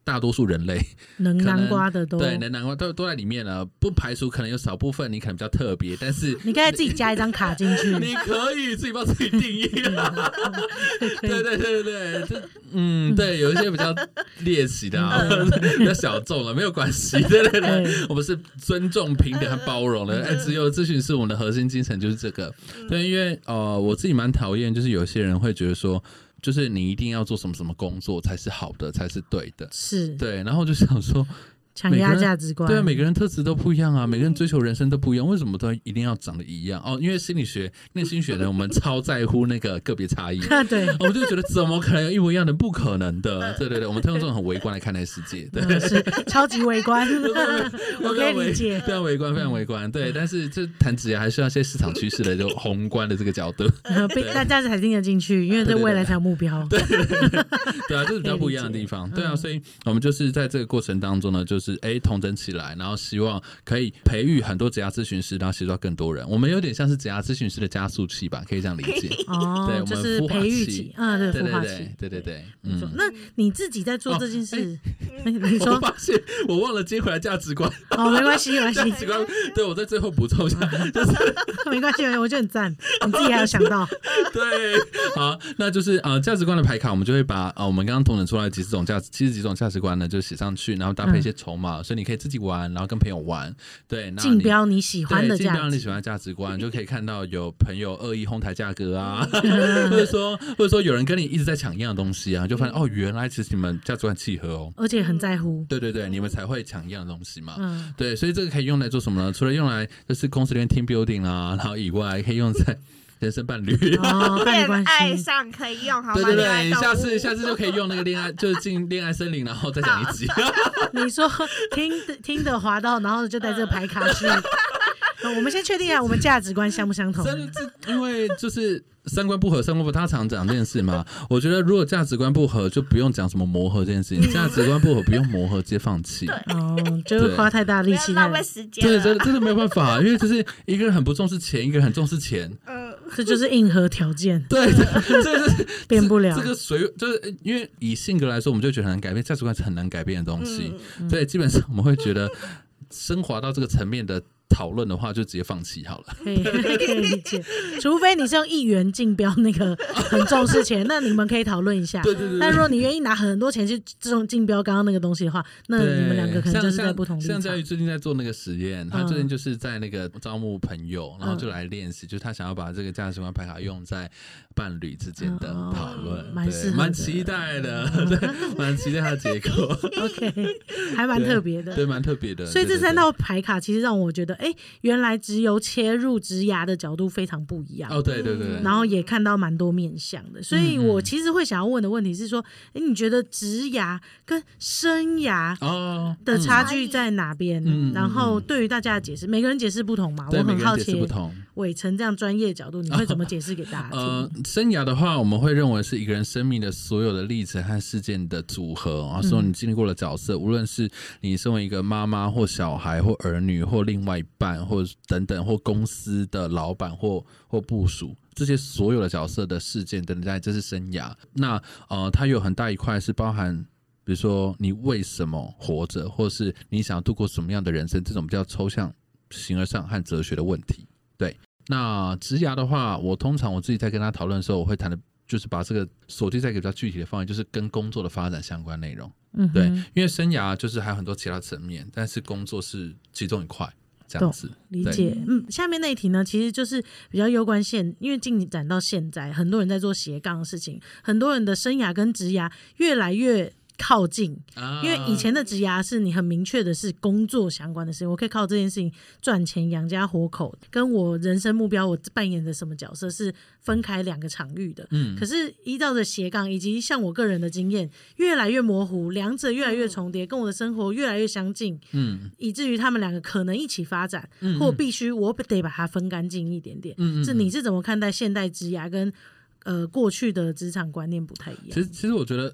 大多数人类能南瓜的都对，能南瓜都在里面了，不排除可能有少部分你可能比较特别，但是你可以自己加一张卡进去， 你可以自己帮自己定义。对对对对对，对，有一些比较猎奇的比较小众了，没有关系。对对对，我们是尊重、平等和包容的。只有咨询师我们的核心精神就是这个。对，因为我自己蛮讨厌，就是有些人会觉得说，就是你一定要做什么什么工作才是好的，才是对的， 是对。然后我就想说， 强压价值观， 对啊，每个人特质都不一样啊，每个人追求人生都不一样，为什么都一定要长得一样？因为心理学念心理学的，我们超在乎那个个别差异。 对， 我们就觉得怎么可能有一模一样的？不可能的。对对对，我们用这种很微观来看待世界，对， 是超级微观，我可以理解， 非常微观，非常微观。对，但是这谈职业还需要一些市场趋势的，就宏观的这个角度， 大家才听得进去，因为对未来才有目标。 对啊，这是比较不一样的地方。对啊，所以我们就是在这个过程当中呢，就是统整起来，然后希望可以培育很多职涯咨询师，然后协助到更多人。我们有点像是职涯咨询师的加速器吧，可以这样理解。对，我们就是培育期，对，孵化期， 对。 那你自没做这件事，你说？ 我发现我忘了接回来价值观。 没关系，没关系。 价值观，对，我在最后补充一下，就是没关系，我觉得很赞，你自己还有想到。 对，好，那就是价值观的牌卡，我们就会把我们刚刚统整出来几十几种价值观呢，就写上去，然后搭配一些筹码，所以你可以自己玩，然后跟朋友玩，对， 竞标你喜欢的价值， 竞标你喜欢的价值观，就可以看到有朋友恶意哄抬价格啊，或者说有人跟你一直在抢一样的东西啊，就发现原来其实你们价值观契合哦， 而且很在乎， 对对对，你们才会抢一样的东西嘛，对，所以这个可以用来做什么呢？除了用来就是公司里面 team building 啊，然后以外，可以用在人生伴侣恋爱上可以用，好吗？ 对对对，下次就可以用那个恋爱，就是进恋爱森林，然后再讲一集。 你说听的滑到，然后就带这个牌卡去。我们先确定一下，我们价值观相不相同？ 因为就是三观不合，他常讲这件事嘛。我觉得如果价值观不合，就不用讲什么磨合这件事情。价值观不合，不用磨合，直接放弃。 就是花太大力气， 浪费时间。 对，真的没有办法，因为就是一个人很不重视钱，一个人很重视钱。 这就是硬核条件。 对，这是变不了。 这个就是因为以性格来说，我们就觉得很难改变，价值观是很难改变的东西。所以基本上我们会觉得升华到这个层面的讨论的话，就直接放弃好了。 可以理解，除非你是用1元竞标那个很重视钱，那你们可以讨论一下。 对。 但如果你愿意拿很多钱去这种竞标刚刚那个东西的话，那你们两个可能就是在不同立场。 像佳瑜最近在做那个实验，他最近就是在那个招募朋友，然后就来练习，就是他想要把这个价值观牌卡用在伴侣之间的讨论，蛮期待的，对，蛮期待他的结果。 OK， 还蛮特别的， 对，蛮特别的。 所以这3套牌卡其实让我觉得，原来只有切入职涯的角度非常不一样。 对。 然后也看到蛮多面向的，所以我其实会想要问的问题是说，你觉得职涯跟生涯的差距在哪边？然后对于大家的解释，每个人解释不同嘛，我很好奇。伟成这样专业角度，你会怎么解释给大家听？ 生涯的话，我们会认为是一个人生命的所有的历程和事件的组合，然后说你经历过的角色，无论是你身为一个妈妈或小孩或儿女或另外一半或等等，或公司的老板或部属，这些所有的角色的事件等等，这是生涯。那它有很大一块是包含，比如说你为什么活着，或是你想要度过什么样的人生，这种比较抽象、形而上和哲学的问题。对，那职涯的话，通常我自己在跟他讨论的时候，我会谈的就是把这个锁定在一个比较具体的方面，就是跟工作的发展相关内容。对，因为生涯就是还有很多其他层面，但是工作是其中一块。这样子理解。下面那一题呢，其实就是比较攸关因为进展到现在，很多人在做斜杠的事情，很多人的生涯跟职涯越来越靠近，因为以前的职涯是你很明确的是工作相关的事情，我可以靠这件事情赚钱养家活口，跟我人生目标我扮演的什么角色是分开2个场域的。可是依照着斜杠以及像我个人的经验越来越模糊，两者越来越重叠，跟我的生活越来越相近，以至于他们2个可能一起发展，或必须我得把它分干净一点点。你是怎么看待现代职涯跟过去的职场观念不太一样？ 其实我觉得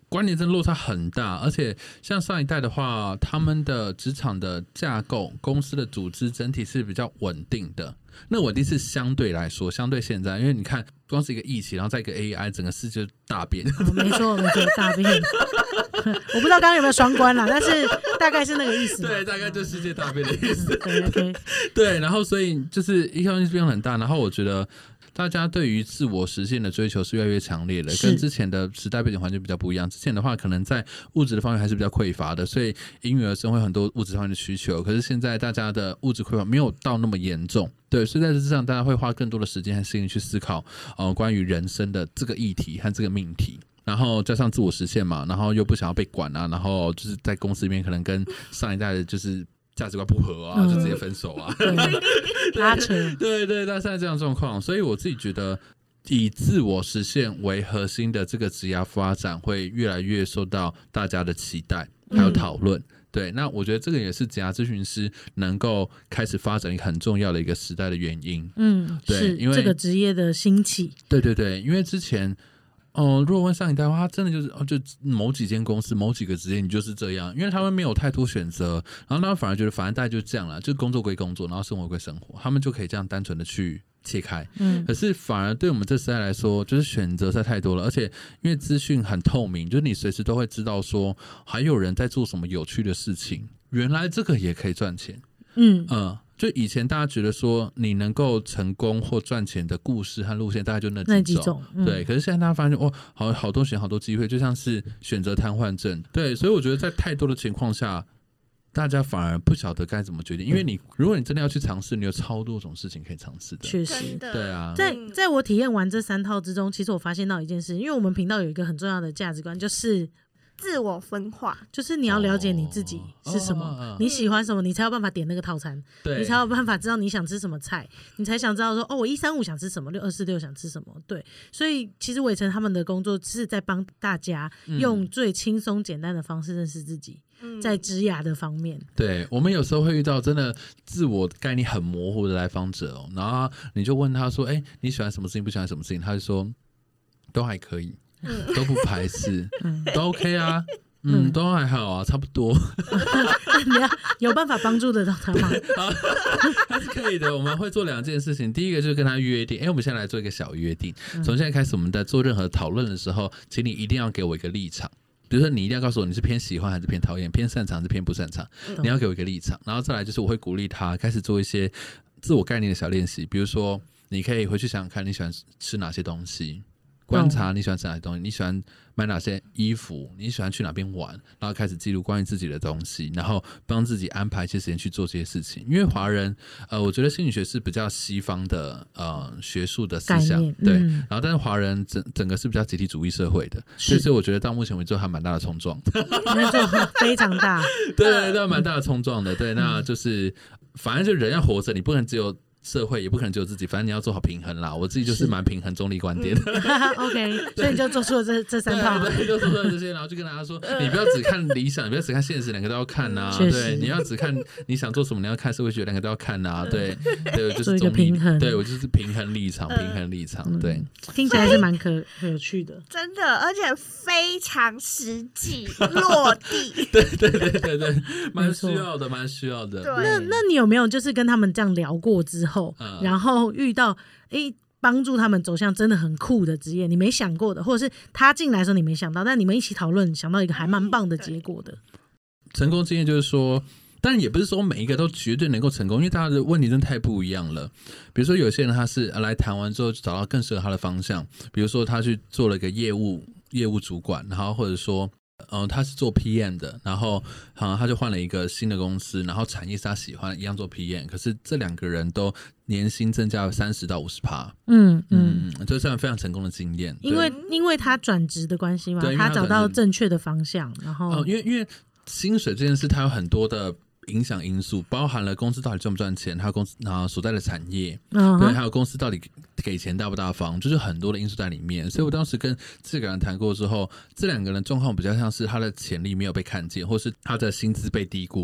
观念真的落差很大，而且像上一代的话，他们的职场的架构、公司的组织整体是比较稳定的。那稳定是相对来说，相对现在，因为你看，光是一个疫情，然后再一个 AI， 整个世界就大变。 没错，大变。我不知道刚刚有没有双关啦，但是大概是那个意思。 对，大概就世界大变的意思。 对， 对，然后所以就是一方面变很大，然后我觉得大家对于自我实现的追求是越来越强烈的，跟之前的时代背景环境比较不一样。之前的话，可能在物质的方面还是比较匮乏的，所以应运而生会很多物质方面的需求。可是现在大家的物质匮乏没有到那么严重，对，所以在这之上，大家会花更多的时间和心力去思考，关于人生的这个议题和这个命题。然后加上自我实现嘛，然后又不想要被管啊，然后就是在公司里面可能跟上一代的就是价值观不合啊，就直接分手啊， 拉扯， 对，大概这样的状况，所以我自己觉得以自我实现为核心的这个职涯发展会越来越受到大家的期待还有讨论。对，那我觉得这个也是职涯咨询师能够开始发展一个很重要的一个时代的原因。对， 是因为这个职业的兴起。 对，因为之前如果问上一代的话，他真的就是就某几间公司某几个职业你就是这样，因为他们没有太多选择，然后他们反而觉得反正大家就这样了，就工作归工作，然后生活归生活，他们就可以这样单纯的去切开。可是反而对我们这时代来说，就是选择实在太多了，而且因为资讯很透明，就是你随时都会知道说还有人在做什么有趣的事情，原来这个也可以赚钱。就以前大家觉得说你能够成功或赚钱的故事和路线大概就那几种，对。可是现在大家发现好多机会，就像是选择瘫痪症，对。所以我觉得在太多的情况下，大家反而不晓得该怎么决定，因为如果你真的要去尝试，你有超多种事情可以尝试的。 确实， 对啊。 在我体验完这3套之中，其实我发现到一件事，因为我们频道有一个很重要的价值观，就是自我分化， 就是你要了解你自己是什么，你喜欢什么，你才有办法点那个套餐，你才有办法知道你想吃什么菜，你才想知道说我135想吃什么，624想吃什么。对，所以其实伟成他们的工作是在帮大家用最轻松简单的方式认识自己。在职涯的方面， 对，我们有时候会遇到真的自我概念很模糊的来访者然后你就问他说你喜欢什么事情，不喜欢什么事情，他就说都还可以，都不排斥，都 OK 啊，都还好啊，差不多。 你要有办法帮助得到他吗？ 还是可以的。我们会做2件事情，第一个就是跟他约定，我们现在来做一个小约定。从现在开始，我们在做任何讨论的时候，请你一定要给我一个立场。比如说，你一定要告诉我你是偏喜欢还是偏讨厌，偏擅长还是偏不擅长，你要给我一个立场。然后再来就是我会鼓励他开始做一些自我概念的小练习，比如说你可以回去想想看你喜欢吃哪些东西，观察你喜欢吃哪些东西，你喜欢买哪些衣服，你喜欢去哪边玩，然后开始记录关于自己的东西，然后帮自己安排一些时间去做这些事情。因为华人我觉得心理学是比较西方的学术的思想，对，然后但是华人整个是比较集体主义社会的，所以我觉得到目前为止还蛮大的冲撞。 没错，非常大。 对，都蛮大的冲撞的。对，那就是反正就人要活着，你不能只有社会，也不可能只有自己，反正你要做好平衡啦。我自己就是蛮平衡中立观点的。 OK， 所以你就做出了这3套， 对，就做出了这些，然后就跟大家说，你不要只看理想，你不要只看现实，两个都要看啊。对，你要只看你想做什么，你要看社会学，两个都要看啊。对，就是中立，对我就是平衡立场，对， 听起来是蛮有趣的， 真的，而且非常实际落地。 对，蛮需要的。 那你有没有就是跟他们这样聊过之后，然后遇到帮助他们走向真的很酷的职业，你没想过的，或者是他进来的时候你没想到，但你们一起讨论想到一个还蛮棒的结果的成功经验，就是说当然也不是说每一个都绝对能够成功，因为大家的问题真的太不一样了。比如说有些人他是来谈完之后就找到更适合他的方向，比如说他去做了一个业务主管，然后或者说他是做 PM 的，然后他就换了一个新的公司，然后产业是他喜欢，一样做 PM， 可是这2个人都年薪增加了30%到50%。这算非常成功的经验。 因为他转职的关系嘛，他找到正确的方向，然后因为薪水这件事，它有很多的影响因素，包含了公司到底赚不赚钱，还有公司所在的产业，对，还有公司到底给钱大不大方，就是很多的因素在里面。所以我当时跟这个人谈过之后，这2个人状况比较像是他的潜力没有被看见，或是他的薪资被低估。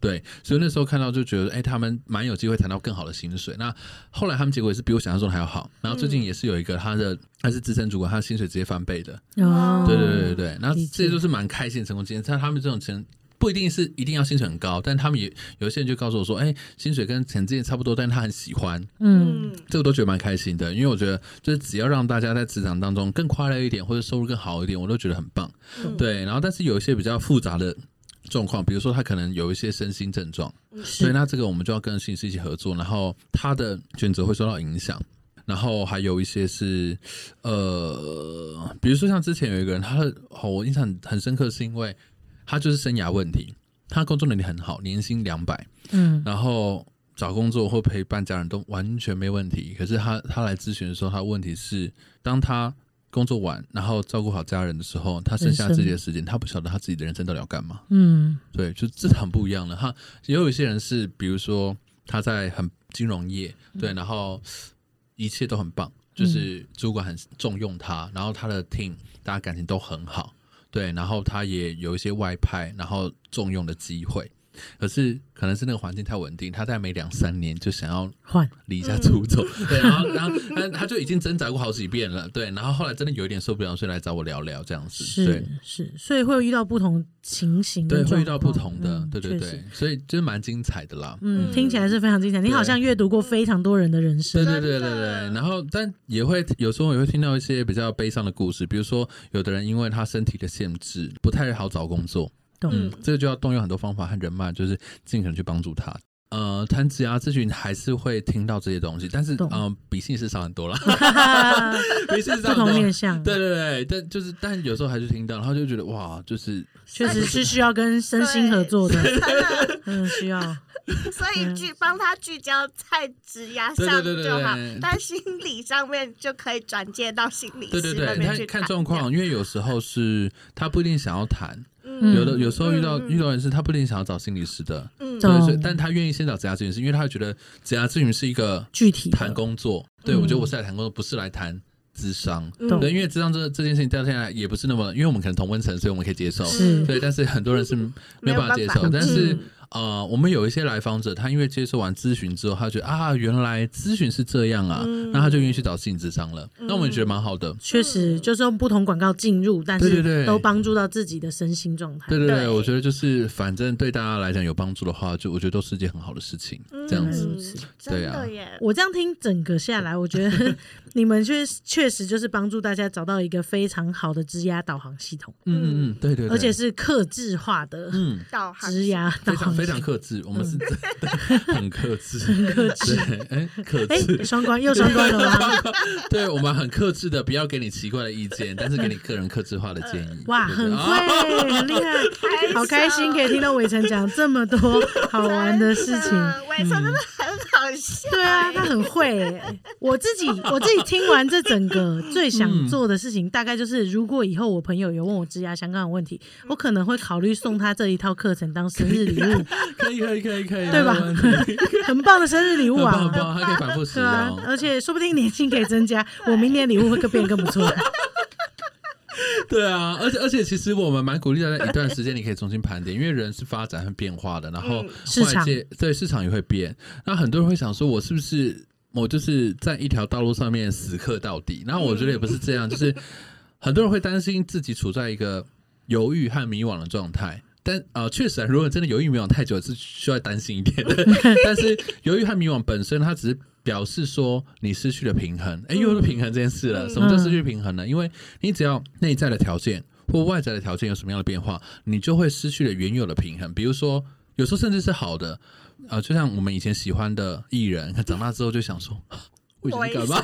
对，所以那时候看到就觉得他们蛮有机会谈到更好的薪水。那后来他们结果也是比我想象中的还要好，然后最近也是有一个他是资深主管，他的薪水直接翻倍的。对，然后这些都是蛮开心的成功经验。像他们这种钱不一定是一定要薪水很高，但他们有些人就告诉我说，薪水跟前之前差不多，但他很喜欢，这个都觉得蛮开心的，因为我觉得就是只要让大家在职场当中更快乐一点，或者收入更好一点，我都觉得很棒。对，然后但是有一些比较复杂的状况，比如说他可能有一些身心症状，对，那这个我们就要跟心理师一起合作，然后他的选择会受到影响。然后还有一些是比如说像之前有一个人，我印象很深刻，是因为他就是生涯问题，他工作能力很好，年薪200，然后找工作或陪伴家人都完全没问题。可是他来咨询的时候，他的问题是，当他工作完，然后照顾好家人的时候，他剩下自己的时间，他不晓得他自己的人生到底要干嘛。对，就这很不一样了。也有一些人是，比如说他在金融业，对，然后一切都很棒，就是主管很重用他，然后他的 team 大家感情都很好。对，然后他也有一些外派，然后重用的机会，可是可能是那个环境太稳定，他在每2-3年就想要离家出走，对，然后他就已经挣扎过好几遍了，对，然后后来真的有一点受不了，所以来找我聊聊这样子， 是，所以会遇到不同情形的状况， 对，会遇到不同的，对，所以就是蛮精彩的啦， 听起来是非常精彩。你好像阅读过非常多人的人生， 对，然后但有时候也会听到一些比较悲伤的故事，比如说有的人因为他身体的限制，不太好找工作。这个就要动用很多方法和人脉，就是尽可能去帮助他。谈职涯咨询还是会听到这些东西，但是比心理师少很多了，比心理师不同面向， 对，但有时候还是听到，然后就觉得哇，就是确实是需要跟身心合作的，需要。 所以帮他聚焦在职涯上就好，但心理上面就可以转介到心理师那边去看状况，因为有时候是他不一定想要谈。有时候遇到人是他不一定想要找心理师的，对，但他愿意先找职涯咨询师，因为他会觉得职涯咨询是一个具体谈工作，对，我觉得我是来谈工作，不是来谈咨商，对，因为咨商这件事情到现在也不是那么，因为我们可能同温层，所以我们可以接受，对，但是很多人是没有办法接受，但是我们有一些来访者，他因为接受完咨询之后，他觉得原来咨询是这样啊，那他就愿意去找心理咨商了。那我们也觉得蛮好的。 确实，就是用不同广告进入，但是都帮助到自己的身心状态。 对，我觉得就是反正对大家来讲有帮助的话，就我觉得都是一件很好的事情。这样子，对啊。 我这样听整个下来，我觉得你们确实就是帮助大家找到一个非常好的职涯导航系统。 对， 而且是客制化的导航职涯导航。 非常克制，我们是很克制，克制，双关又双关了吗？ 对，我们很克制的，不要给你奇怪的意见，但是给你个人客制化的建议。 哇，很会，很厉害，好开心可以听到伟成讲这么多好玩的事情。 伟成真的很好笑， 对啊，他很会。我自己听完这整个最想做的事情，大概就是如果以后我朋友有问我职涯相关的问题，我可能会考虑送他这一套课程当生日礼物。 可以， 对吧？很棒的生日礼物啊， 很棒，还可以反复使用， 而且说不定年薪可以增加，我明年礼物会变得更不错。 对啊，而且其实我们蛮鼓励大家一段时间你可以重新盘点，因为人是发展和变化的，然后外界对市场也会变。那很多人会想说，我是不是我就是在一条道路上面死磕到底？然后我觉得也不是这样，就是很多人会担心自己处在一个犹豫和迷惘的状态。但确实如果真的犹豫迷惘太久是需要担心一点的，但是犹豫和迷惘本身它只是表示说你失去了平衡，又是平衡这件事了。什么叫失去平衡呢？因为你只要内在的条件或外在的条件有什么样的变化，你就会失去了原有的平衡。比如说有时候甚至是好的，就像我们以前喜欢的艺人，长大之后就想说我以前干嘛？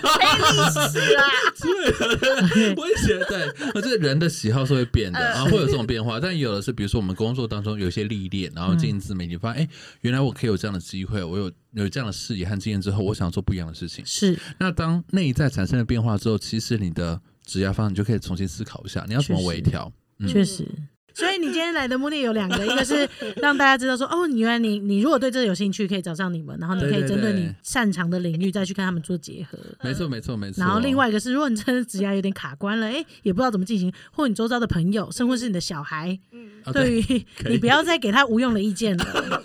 对，我以前对，这人的喜好是会变的，然后会有这种变化。但有的是，比如说我们工作当中有一些历练，然后经营自媒体，发现原来我可以有这样的机会，我有这样的视野和经验之后，我想做不一样的事情。 是， 那当内在产生了变化之后，其实你的职业方向你就可以重新思考一下，你要怎么微调。 确实。所以你今天来的目的有2个，一个是让大家知道说，原来你如果对这个有兴趣，可以找上你们，然后你可以针对你擅长的领域再去跟他们做结合。 没错。 然后另外一个是，如果你真的职涯有点卡关了，也不知道怎么进行，或你周遭的朋友，甚至是你的小孩，对于你不要再给他无用的意见了。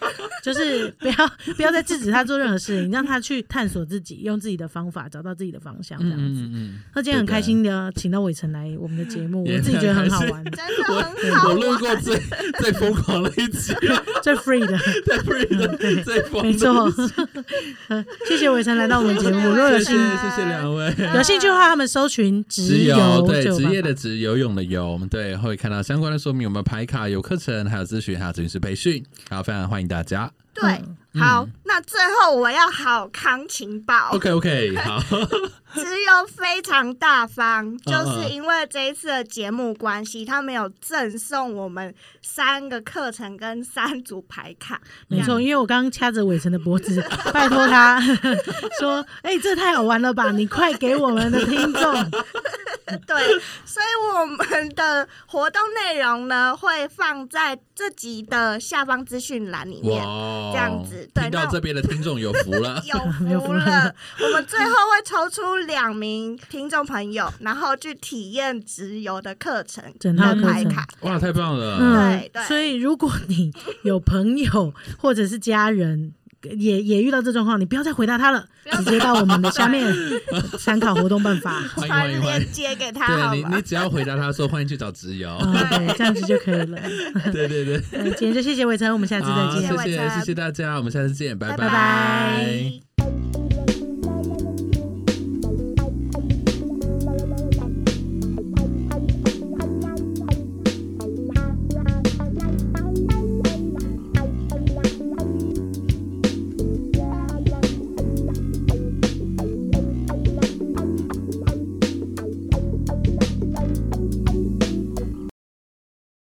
就是不要再制止他做任何事情，让他去探索自己，用自己的方法找到自己的方向，这样子。那今天很开心的请到伟成来我们的节目，我自己觉得很好玩， 真的很好玩。 我录过最疯狂的一集， 最 free 的， 最 free 的，最疯的。 没错。谢谢伟成来到我们节目，如果有谢谢两位。 有兴趣的话，他们搜寻职游， 对，职业的职，游泳的游，我们对会看到相关的说明，我们排卡有课程，还有咨询，还有咨询师培训，好，非常欢迎大家。 对，好，那最后我要好康情报。 OK， 好。 职游非常大方，就是因为这一次的节目关系，他们有赠送我们3个课程跟3组牌卡。 没错，因为我刚刚掐着伟成的脖子，拜托他说：“这太好玩了吧！你快给我们的听众。” 对，所以我们的活动内容呢，会放在这集的下方资讯栏里面，这样子。对， 听到这边的听众有福了， 有福了。我们最后会抽出2名听众朋友，然后去体验职游的课程跟牌卡。 哇，太棒了！ 对， 所以如果你有朋友或者是家人也遇到这状况，你不要再回答他了，直接到我们的下面参考活动办法， 传链接给他好了。 对，你只要回答他说欢迎去找职游， 对，这样子就可以了。 对。 今天就谢谢伟成，我们下次再见。 谢谢大家，我们下次见，拜拜。